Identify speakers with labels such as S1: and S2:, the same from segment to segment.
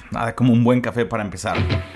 S1: Nada como un buen café para empezar.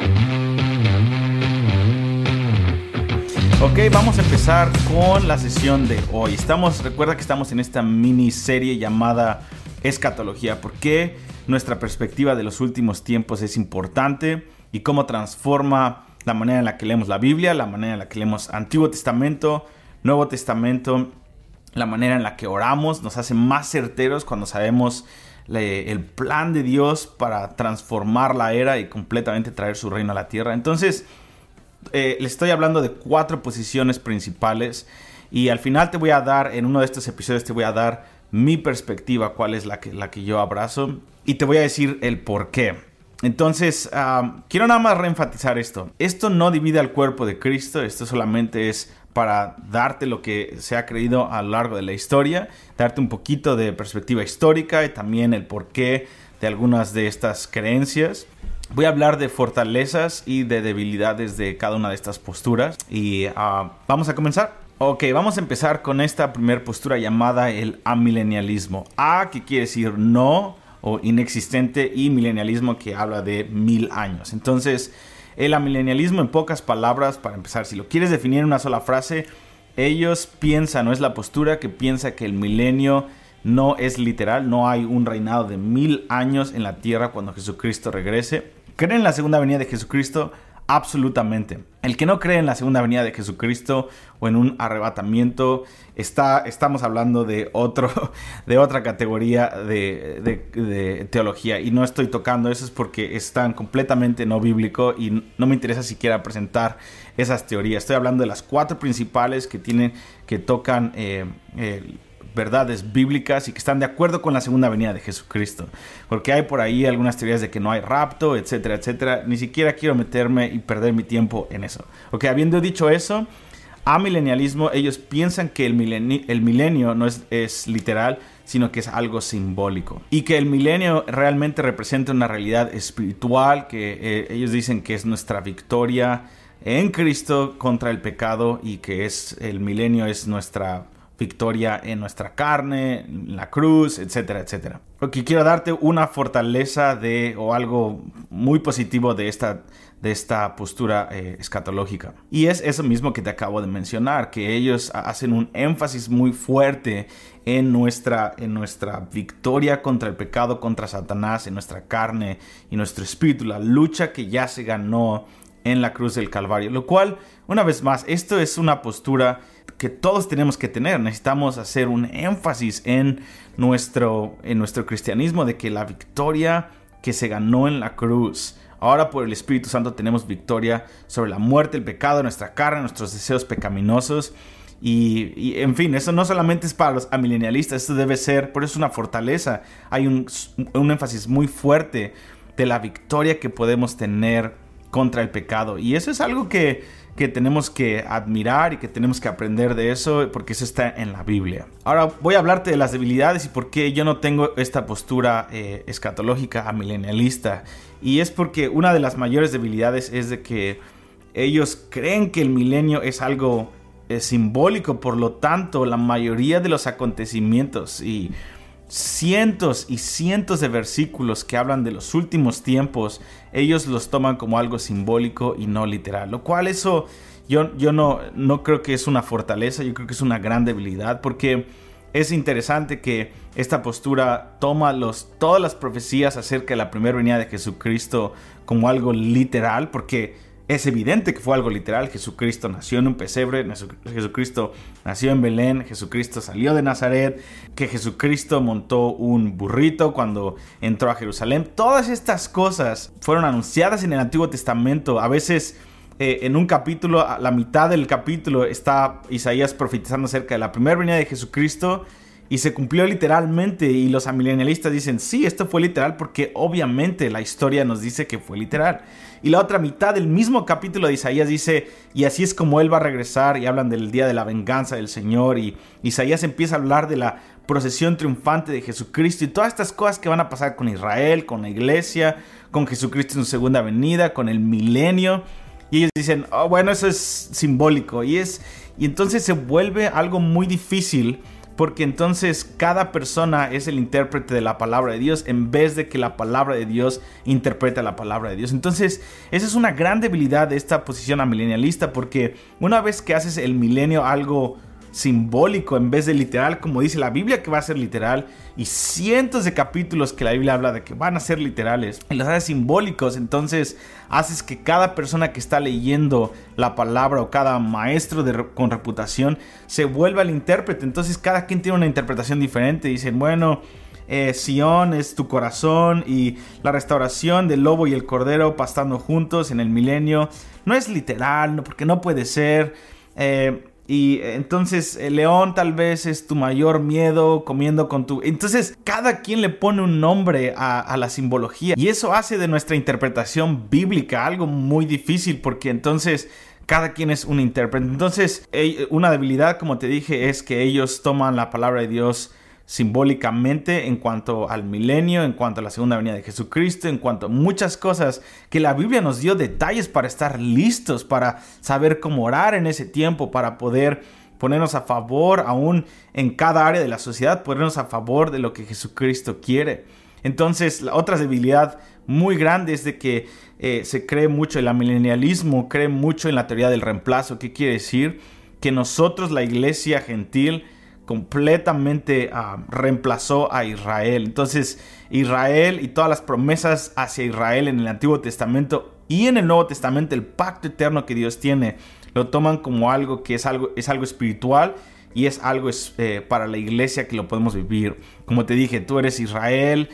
S1: Ok, vamos a empezar con la sesión de hoy. Recuerda que estamos en esta miniserie llamada Escatología. ¿Por qué nuestra perspectiva de los últimos tiempos es importante? Y cómo transforma la manera en la que leemos la Biblia, la manera en la que leemos Antiguo Testamento, Nuevo Testamento, la manera en la que oramos. Nos hace más certeros cuando sabemos el plan de Dios para transformar la era y completamente traer su reino a la tierra. Entonces, les estoy hablando de 4 posiciones principales y al final en uno de estos episodios te voy a dar mi perspectiva, cuál es la que yo abrazo, y te voy a decir el por qué. Entonces, quiero nada más reenfatizar esto. Esto no divide al cuerpo de Cristo, esto solamente es para darte lo que se ha creído a lo largo de la historia, darte un poquito de perspectiva histórica y también el porqué de algunas de estas creencias. Voy a hablar de fortalezas y de debilidades de cada una de estas posturas y vamos a comenzar. Ok, vamos a empezar con esta primera postura llamada el amilenialismo. Que quiere decir no o inexistente, y milenialismo, que habla de 1000 años. Entonces, el amilenialismo, en pocas palabras, para empezar, si lo quieres definir en una sola frase, ellos piensan, no es la postura que piensa que el milenio no es literal, no hay un reinado de 1000 años en la tierra cuando Jesucristo regrese. ¿Creen en la segunda venida de Jesucristo? Absolutamente. El que no cree en la segunda venida de Jesucristo o en un arrebatamiento, estamos hablando de otra categoría de teología, y no estoy tocando eso, es porque están completamente no bíblico y no me interesa siquiera presentar esas teorías. Estoy hablando de las 4 principales que tocan verdades bíblicas y que están de acuerdo con la segunda venida de Jesucristo, porque hay por ahí algunas teorías de que no hay rapto, etcétera, etcétera. Ni siquiera quiero meterme y perder mi tiempo en eso. Ok, habiendo dicho eso, amilenialismo, ellos piensan que el milenio no es literal, sino que es algo simbólico, y que el milenio realmente representa una realidad espiritual que ellos dicen que es nuestra victoria en Cristo contra el pecado, y que el milenio es nuestra victoria en nuestra carne, en la cruz, etcétera, etcétera. Porque quiero darte una fortaleza o algo muy positivo de esta postura escatológica. Y es eso mismo que te acabo de mencionar, que ellos hacen un énfasis muy fuerte en nuestra victoria contra el pecado, contra Satanás, en nuestra carne y nuestro espíritu, la lucha que ya se ganó en la cruz del Calvario. Lo cual, una vez más, esto es una postura que todos tenemos que tener. Necesitamos hacer un énfasis en nuestro cristianismo, de que la victoria que se ganó en la cruz, ahora por el Espíritu Santo tenemos victoria sobre la muerte, el pecado, nuestra carne, nuestros deseos pecaminosos. Y en fin, eso no solamente es para los amilenialistas, esto debe ser, por eso es una fortaleza. Hay un énfasis muy fuerte de la victoria que podemos tener contra el pecado, y eso es algo que tenemos que admirar y que tenemos que aprender de eso, porque eso está en la Biblia. Ahora voy a hablarte de las debilidades y por qué yo no tengo esta postura escatológica amilenialista, y es porque una de las mayores debilidades es de que ellos creen que el milenio es algo simbólico. Por lo tanto, la mayoría de los acontecimientos y cientos y cientos de versículos que hablan de los últimos tiempos, ellos los toman como algo simbólico y no literal, lo cual eso yo no creo que es una fortaleza. Yo creo que es una gran debilidad, porque es interesante que esta postura toma todas las profecías acerca de la primera venida de Jesucristo como algo literal, porque es evidente que fue algo literal. Jesucristo nació en un pesebre, Jesucristo nació en Belén, Jesucristo salió de Nazaret, que Jesucristo montó un burrito cuando entró a Jerusalén. Todas estas cosas fueron anunciadas en el Antiguo Testamento. A veces en un capítulo, a la mitad del capítulo, está Isaías profetizando acerca de la primera venida de Jesucristo, y se cumplió literalmente, y los amilenialistas dicen, sí, esto fue literal porque obviamente la historia nos dice que fue literal. Y la otra mitad del mismo capítulo de Isaías dice, y así es como Él va a regresar, y hablan del día de la venganza del Señor, y Isaías empieza a hablar de la procesión triunfante de Jesucristo y todas estas cosas que van a pasar con Israel, con la iglesia, con Jesucristo en su segunda venida, con el milenio. Y ellos dicen, bueno, eso es simbólico, y entonces se vuelve algo muy difícil porque entonces cada persona es el intérprete de la palabra de Dios en vez de que la palabra de Dios interprete la palabra de Dios. Entonces esa es una gran debilidad de esta posición amilenialista, porque una vez que haces el milenio algo simbólico en vez de literal, como dice la Biblia que va a ser literal, y cientos de capítulos que la Biblia habla de que van a ser literales, y los haces simbólicos, entonces haces que cada persona que está leyendo la palabra o cada maestro con reputación se vuelva el intérprete. Entonces cada quien tiene una interpretación diferente. Dicen, bueno, Sión es tu corazón, y la restauración del lobo y el cordero pastando juntos en el milenio no es literal, no, porque no puede ser. Y entonces el león tal vez es tu mayor miedo comiendo con tu... Entonces cada quien le pone un nombre a la simbología, y eso hace de nuestra interpretación bíblica algo muy difícil, porque entonces cada quien es un intérprete. Entonces una debilidad, como te dije, es que ellos toman la palabra de Dios simbólicamente en cuanto al milenio, en cuanto a la segunda venida de Jesucristo, en cuanto a muchas cosas que la Biblia nos dio detalles para estar listos, para saber cómo orar en ese tiempo, para poder ponernos a favor aún en cada área de la sociedad, ponernos a favor de lo que Jesucristo quiere. Entonces la otra debilidad muy grande es de que se cree mucho en el amilenialismo, cree mucho en la teoría del reemplazo. ¿Qué quiere decir? Que nosotros, la iglesia gentil, completamente reemplazó a Israel. Entonces Israel y todas las promesas hacia Israel en el Antiguo Testamento y en el Nuevo Testamento, el pacto eterno que Dios tiene, lo toman como algo que es algo espiritual, y es algo para la iglesia que lo podemos vivir. Como te dije, tú eres Israel,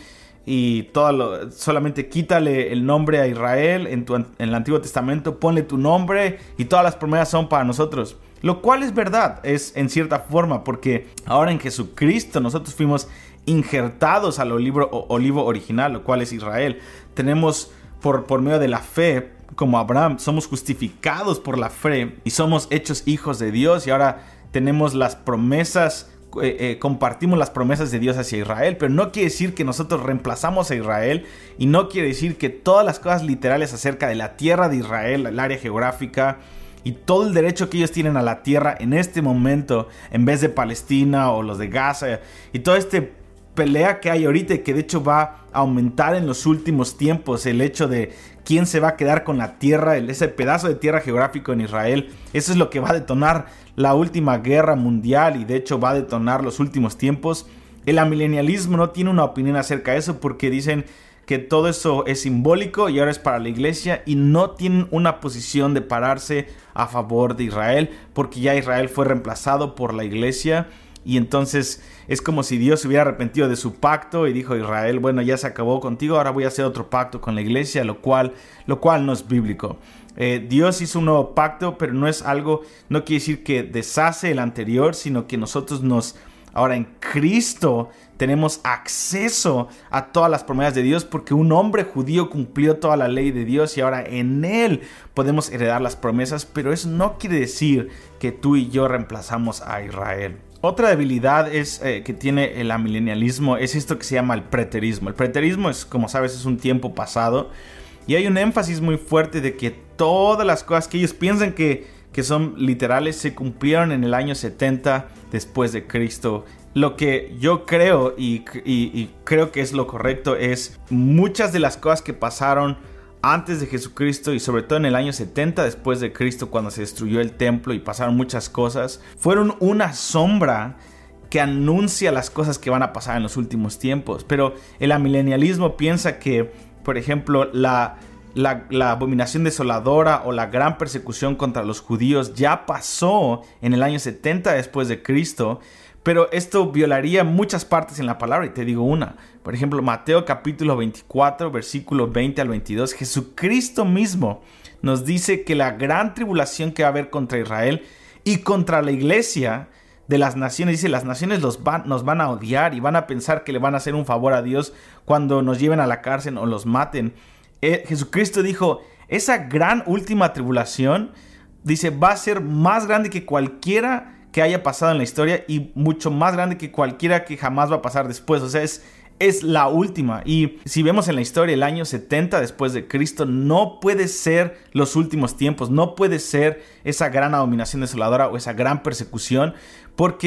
S1: y solamente quítale el nombre a Israel en el Antiguo Testamento, ponle tu nombre y todas las promesas son para nosotros. Lo cual es verdad, es en cierta forma, porque ahora en Jesucristo nosotros fuimos injertados al olivo original, lo cual es Israel. Tenemos por medio de la fe, como Abraham, somos justificados por la fe y somos hechos hijos de Dios, y ahora tenemos las promesas, compartimos las promesas de Dios hacia Israel. Pero no quiere decir que nosotros reemplazamos a Israel, y no quiere decir que todas las cosas literales acerca de la tierra de Israel, el área geográfica y todo el derecho que ellos tienen a la tierra en este momento, en vez de Palestina o los de Gaza, y toda esta pelea que hay ahorita, y que de hecho va a aumentar en los últimos tiempos, el hecho de quién se va a quedar con la tierra, ese pedazo de tierra geográfico en Israel. Eso es lo que va a detonar la última guerra mundial, y de hecho va a detonar los últimos tiempos. El amilenialismo no tiene una opinión acerca de eso, porque dicen que todo eso es simbólico y ahora es para la iglesia, y no tienen una posición de pararse a favor de Israel, porque ya Israel fue reemplazado por la iglesia. Y entonces es como si Dios se hubiera arrepentido de su pacto y dijo a Israel, bueno, ya se acabó contigo, ahora voy a hacer otro pacto con la iglesia, lo cual no es bíblico. Dios hizo un nuevo pacto, pero no quiere decir que deshace el anterior, sino que nosotros ahora en Cristo tenemos acceso a todas las promesas de Dios, porque un hombre judío cumplió toda la ley de Dios, y ahora en él podemos heredar las promesas. Pero eso no quiere decir que tú y yo reemplazamos a Israel. Otra debilidad que tiene el amilenialismo es esto que se llama el preterismo. El preterismo es, como sabes, es un tiempo pasado, y hay un énfasis muy fuerte de que todas las cosas que ellos piensan que son literales se cumplieron en el año 70 después de Cristo. Lo que yo creo y creo que es lo correcto es muchas de las cosas que pasaron antes de Jesucristo, y sobre todo en el año 70 después de Cristo, cuando se destruyó el templo y pasaron muchas cosas, fueron una sombra que anuncia las cosas que van a pasar en los últimos tiempos. Pero el amilenialismo piensa que, por ejemplo, la abominación desoladora o la gran persecución contra los judíos ya pasó en el año 70 después de Cristo, pero esto violaría muchas partes en la palabra, y te digo una. Por ejemplo, Mateo capítulo 24, versículo 20 al 22, Jesucristo mismo nos dice que la gran tribulación que va a haber contra Israel y contra la iglesia de las naciones, dice, las naciones nos van a odiar y van a pensar que le van a hacer un favor a Dios cuando nos lleven a la cárcel o los maten. Jesucristo dijo, esa gran última tribulación, dice, va a ser más grande que cualquiera que haya pasado en la historia, y mucho más grande que cualquiera que jamás va a pasar después. O sea, es la última. Y si vemos en la historia, el año 70 después de Cristo no puede ser los últimos tiempos, no puede ser esa gran abominación desoladora o esa gran persecución, porque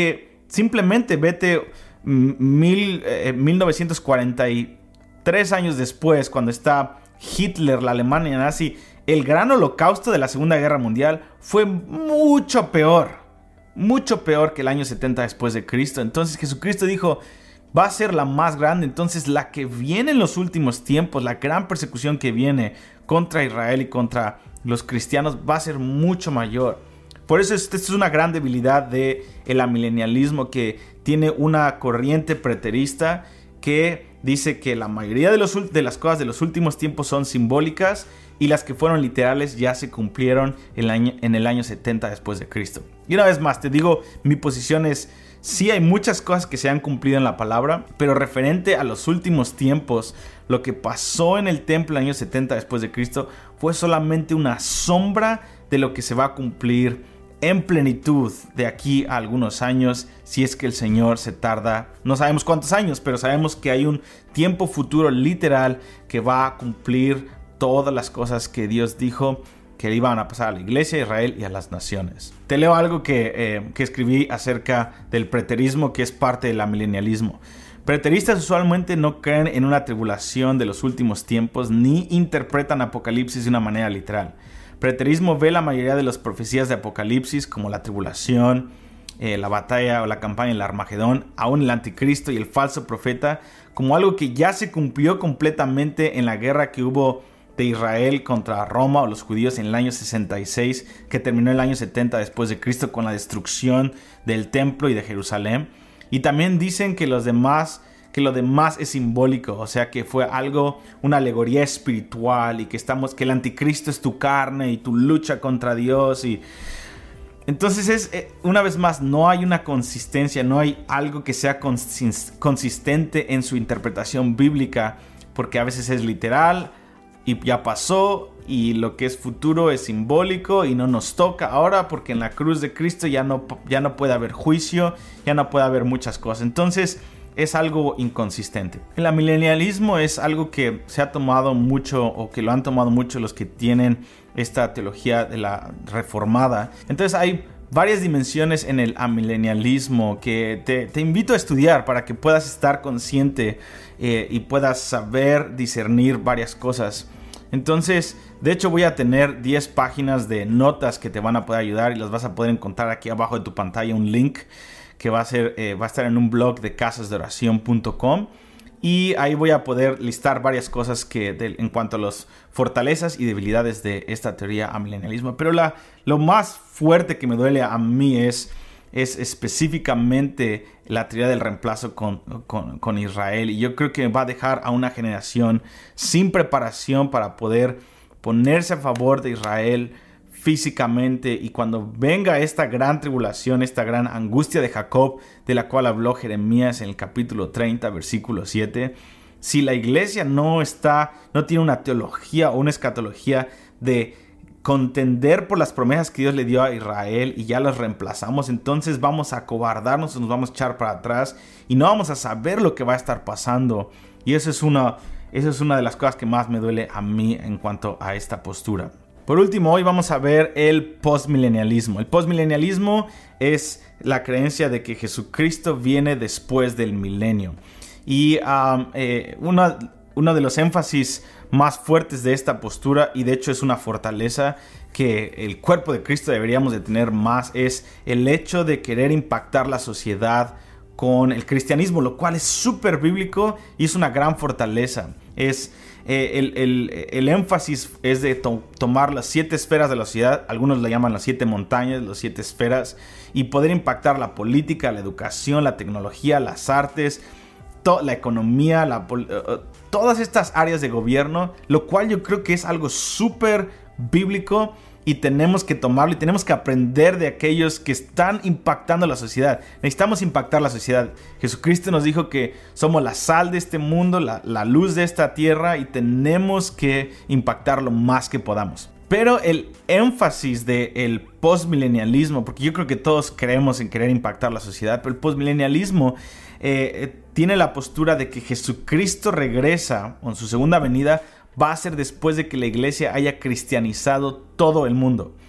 S1: simplemente vete 1943 años después, cuando está Hitler, la Alemania nazi. El gran holocausto de la Segunda Guerra Mundial fue mucho peor que el año 70 después de Cristo. Entonces Jesucristo dijo, va a ser la más grande. Entonces la que viene en los últimos tiempos, la gran persecución que viene contra Israel y contra los cristianos, va a ser mucho mayor. Por eso esta es una gran debilidad del amilenialismo, que tiene una corriente preterista que dice que la mayoría de las cosas de los últimos tiempos son simbólicas y las que fueron literales ya se cumplieron en el año 70 después de Cristo. Y una vez más te digo, mi posición es, sí hay muchas cosas que se han cumplido en la palabra, pero referente a los últimos tiempos, lo que pasó en el templo en el año 70 después de Cristo fue solamente una sombra de lo que se va a cumplir en plenitud de aquí a algunos años, si es que el Señor se tarda. No sabemos cuántos años, pero sabemos que hay un tiempo futuro literal que va a cumplir todas las cosas que Dios dijo que iban a pasar a la iglesia, a Israel y a las naciones. Te leo algo que escribí acerca del preterismo, que es parte del amilenialismo. Preteristas usualmente no creen en una tribulación de los últimos tiempos ni interpretan Apocalipsis de una manera literal. Preterismo ve la mayoría de las profecías de Apocalipsis, como la tribulación, la batalla o la campaña del Armagedón, aún el anticristo y el falso profeta, como algo que ya se cumplió completamente en la guerra que hubo de Israel contra Roma o los judíos en el año 66, que terminó el año 70 después de Cristo con la destrucción del templo y de Jerusalén. Y también dicen que lo demás es simbólico, o sea que fue algo, una alegoría espiritual, y que el anticristo es tu carne y tu lucha contra Dios. Y entonces una vez más, no hay una consistencia, no hay algo que sea consistente en su interpretación bíblica, porque a veces es literal y ya pasó, y lo que es futuro es simbólico y no nos toca ahora, porque en la cruz de Cristo ya no puede haber juicio, ya no puede haber muchas cosas. Entonces es algo inconsistente. El amilenialismo es algo que se ha tomado mucho, o que lo han tomado mucho los que tienen esta teología de la reformada. Entonces hay varias dimensiones en el amilenialismo que te invito a estudiar para que puedas estar consciente y puedas saber discernir varias cosas. Entonces, de hecho voy a tener 10 páginas de notas que te van a poder ayudar, y las vas a poder encontrar aquí abajo de tu pantalla, un link que va a estar en un blog de casasdeoración.com, y ahí voy a poder listar varias cosas en cuanto a las fortalezas y debilidades de esta teoría amilenialismo. Pero lo más fuerte que me duele a mí es específicamente la teoría del reemplazo con Israel, y yo creo que va a dejar a una generación sin preparación para poder ponerse a favor de Israel físicamente. Y cuando venga esta gran tribulación, esta gran angustia de Jacob, de la cual habló Jeremías en el capítulo 30, versículo 7, si la iglesia no tiene una teología o una escatología de contender por las promesas que Dios le dio a Israel y ya las reemplazamos, entonces vamos a acobardarnos, nos vamos a echar para atrás y no vamos a saber lo que va a estar pasando. Y eso es una de las cosas que más me duele a mí en cuanto a esta postura. Por último, hoy vamos a ver el postmilenialismo. El postmilenialismo es la creencia de que Jesucristo viene después del milenio. Y uno de los énfasis más fuertes de esta postura, y de hecho es una fortaleza que el cuerpo de Cristo deberíamos de tener más, es el hecho de querer impactar la sociedad con el cristianismo, lo cual es súper bíblico y es una gran fortaleza. El énfasis es de tomar las 7 esferas de la sociedad, algunos le llaman las 7 montañas, las 7 esferas, y poder impactar la política, la educación, la tecnología, las artes, la economía, todas estas áreas de gobierno, lo cual yo creo que es algo súper bíblico, y tenemos que tomarlo y tenemos que aprender de aquellos que están impactando la sociedad. Necesitamos impactar la sociedad. Jesucristo nos dijo que somos la sal de este mundo, la luz de esta tierra, y tenemos que impactar lo más que podamos. Pero el énfasis del postmilenialismo, porque yo creo que todos creemos en querer impactar la sociedad, pero el postmilenialismo tiene la postura de que Jesucristo regresa en su segunda venida, va a ser después de que la iglesia haya cristianizado todo el mundo.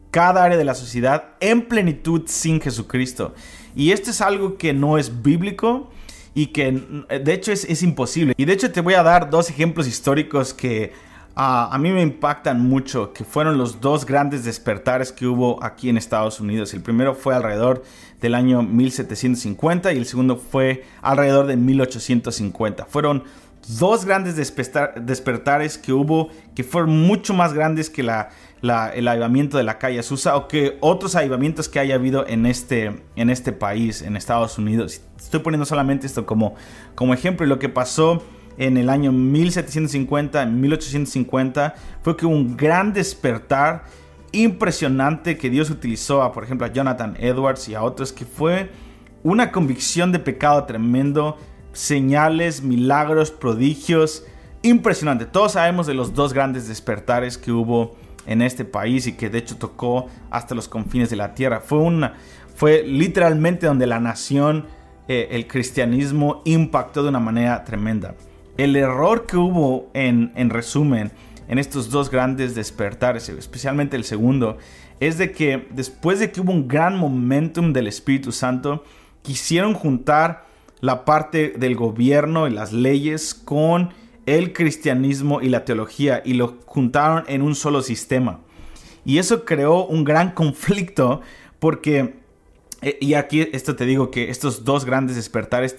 S1: cada área de la sociedad en plenitud sin Jesucristo. Y esto es algo que no es bíblico y que de hecho es imposible. Y de hecho te voy a dar dos ejemplos históricos que a mí me impactan mucho, que fueron los dos grandes despertares que hubo aquí en Estados Unidos. El primero fue alrededor del año 1750 y el segundo fue alrededor de 1850. Fueron dos grandes despertares que hubo, que fueron mucho más grandes que el avivamiento de la calle Azusa o que otros avivamientos que haya habido en este país, en Estados Unidos. Estoy poniendo solamente esto como ejemplo. Y lo que pasó en el año 1750, en 1850, fue que hubo un gran despertar impresionante que Dios utilizó por ejemplo, a Jonathan Edwards y a otros, que fue una convicción de pecado tremendo, señales, milagros, prodigios, impresionante. Todos sabemos de los dos grandes despertares que hubo en este país y que de hecho tocó hasta los confines de la tierra. Fue literalmente donde la nación, el cristianismo impactó de una manera tremenda. El error que hubo, en resumen, en estos dos grandes despertares, especialmente el segundo, es de que después de que hubo un gran momentum del Espíritu Santo, quisieron juntar la parte del gobierno y las leyes con el cristianismo y la teología, y lo juntaron en un solo sistema. Y eso creó un gran conflicto porque, y aquí esto te digo que estos dos grandes despertares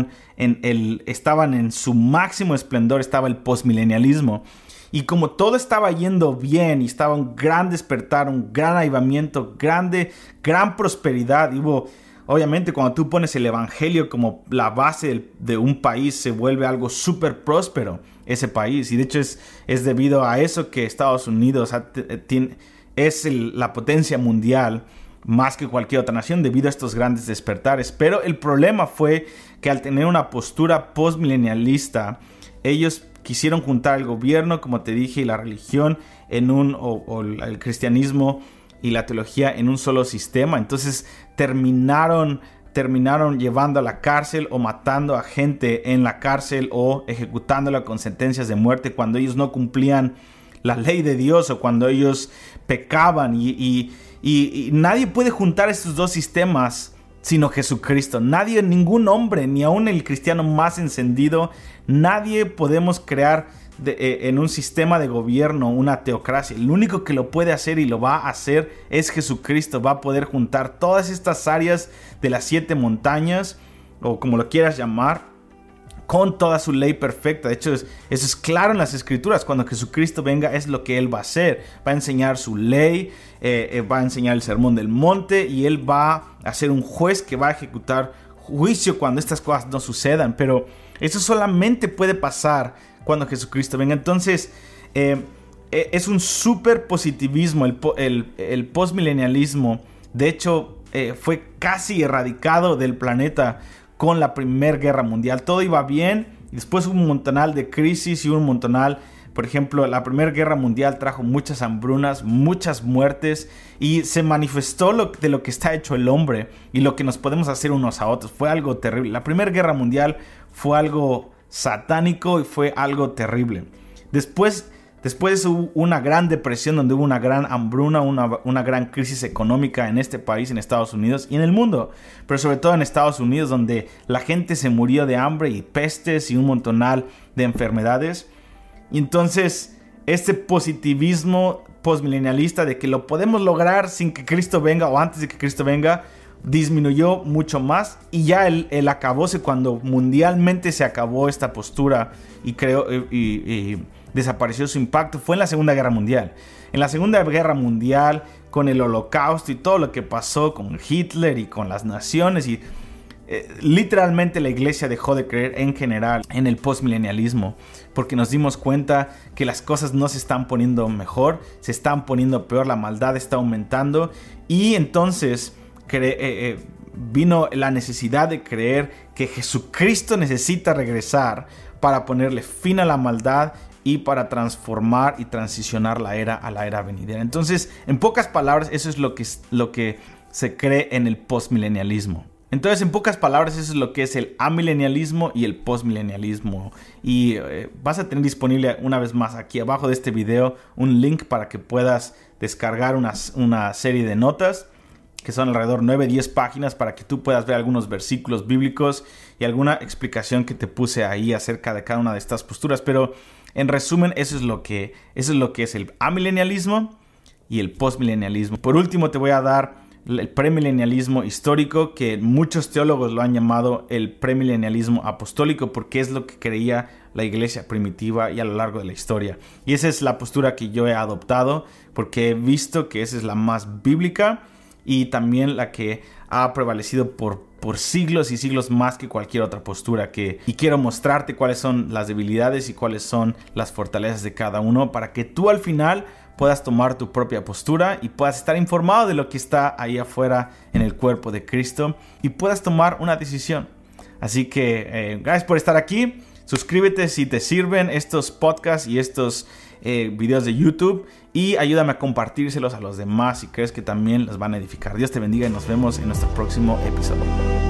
S1: estaban en su máximo esplendor, estaba el postmilenialismo. Y como todo estaba yendo bien y estaba un gran despertar, un gran avivamiento, gran prosperidad, y hubo... Obviamente, cuando tú pones el evangelio como la base de un país, se vuelve algo súper próspero ese país. Y de hecho es debido a eso que Estados Unidos es la potencia mundial más que cualquier otra nación, debido a estos grandes despertares. Pero el problema fue que al tener una postura postmilenialista, ellos quisieron juntar el gobierno, como te dije, y la religión o el cristianismo y la teología en un solo sistema. Entonces terminaron llevando a la cárcel o matando a gente en la cárcel o ejecutándola con sentencias de muerte cuando ellos no cumplían la ley de Dios o cuando ellos pecaban. Y nadie puede juntar estos dos sistemas sino Jesucristo. Nadie, ningún hombre, ni aún el cristiano más encendido, nadie podemos crear en un sistema de gobierno una teocracia. El único que lo puede hacer y lo va a hacer es Jesucristo. Va a poder juntar todas estas áreas de las 7 montañas, o como lo quieras llamar, con toda su ley perfecta. De hecho, eso es claro en las Escrituras. Cuando Jesucristo venga, es lo que Él va a hacer. Va a enseñar su ley, va a enseñar el sermón del monte, y Él va a ser un juez que va a ejecutar juicio cuando estas cosas no sucedan. Pero eso solamente puede pasar cuando Jesucristo venga. Entonces, es un súper positivismo el postmilenialismo. De hecho, fue casi erradicado del planeta con la Primera Guerra Mundial. Todo iba bien, y después hubo un montonal de crisis y un montonal. Por ejemplo, la Primera Guerra Mundial trajo muchas hambrunas, muchas muertes, y se manifestó de lo que está hecho el hombre y lo que nos podemos hacer unos a otros. Fue algo terrible. La Primera Guerra Mundial fue algo satánico y fue algo terrible. Después hubo una gran depresión, donde hubo una gran hambruna, una gran crisis económica en este país, en Estados Unidos y en el mundo, pero sobre todo en Estados Unidos, donde la gente se murió de hambre y pestes y un montonal de enfermedades. Y entonces este positivismo postmilenialista de que lo podemos lograr sin que Cristo venga o antes de que Cristo venga, disminuyó mucho más, y ya el acabóse, cuando mundialmente se acabó esta postura y desapareció su impacto, fue en la Segunda Guerra Mundial. En la Segunda Guerra Mundial, con el Holocausto y todo lo que pasó con Hitler y con las naciones, y literalmente la iglesia dejó de creer en general en el postmilenialismo, porque nos dimos cuenta que las cosas no se están poniendo mejor, se están poniendo peor, la maldad está aumentando, y entonces vino la necesidad de creer que Jesucristo necesita regresar para ponerle fin a la maldad y para transformar y transicionar la era a la era venidera. Entonces, en pocas palabras, eso es lo que se cree en el postmilenialismo. Entonces, en pocas palabras, eso es lo que es el amilenialismo y el postmilenialismo. Y vas a tener disponible una vez más aquí abajo de este video un link para que puedas descargar una serie de notas que son alrededor 9-10 páginas para que tú puedas ver algunos versículos bíblicos y alguna explicación que te puse ahí acerca de cada una de estas posturas. Pero en resumen, eso es lo que es el amilenialismo y el postmilenialismo. Por último, te voy a dar el premilenialismo histórico, que muchos teólogos lo han llamado el premilenialismo apostólico, porque es lo que creía la iglesia primitiva y a lo largo de la historia. Y esa es la postura que yo he adoptado, porque he visto que esa es la más bíblica y también la que ha prevalecido por siglos y siglos más que cualquier otra postura. Y quiero mostrarte cuáles son las debilidades y cuáles son las fortalezas de cada uno, para que tú al final puedas tomar tu propia postura y puedas estar informado de lo que está ahí afuera en el cuerpo de Cristo y puedas tomar una decisión. Así que gracias por estar aquí. Suscríbete si te sirven estos podcasts y estos videos de YouTube, y ayúdame a compartírselos a los demás si crees que también los van a edificar. Dios te bendiga y nos vemos en nuestro próximo episodio.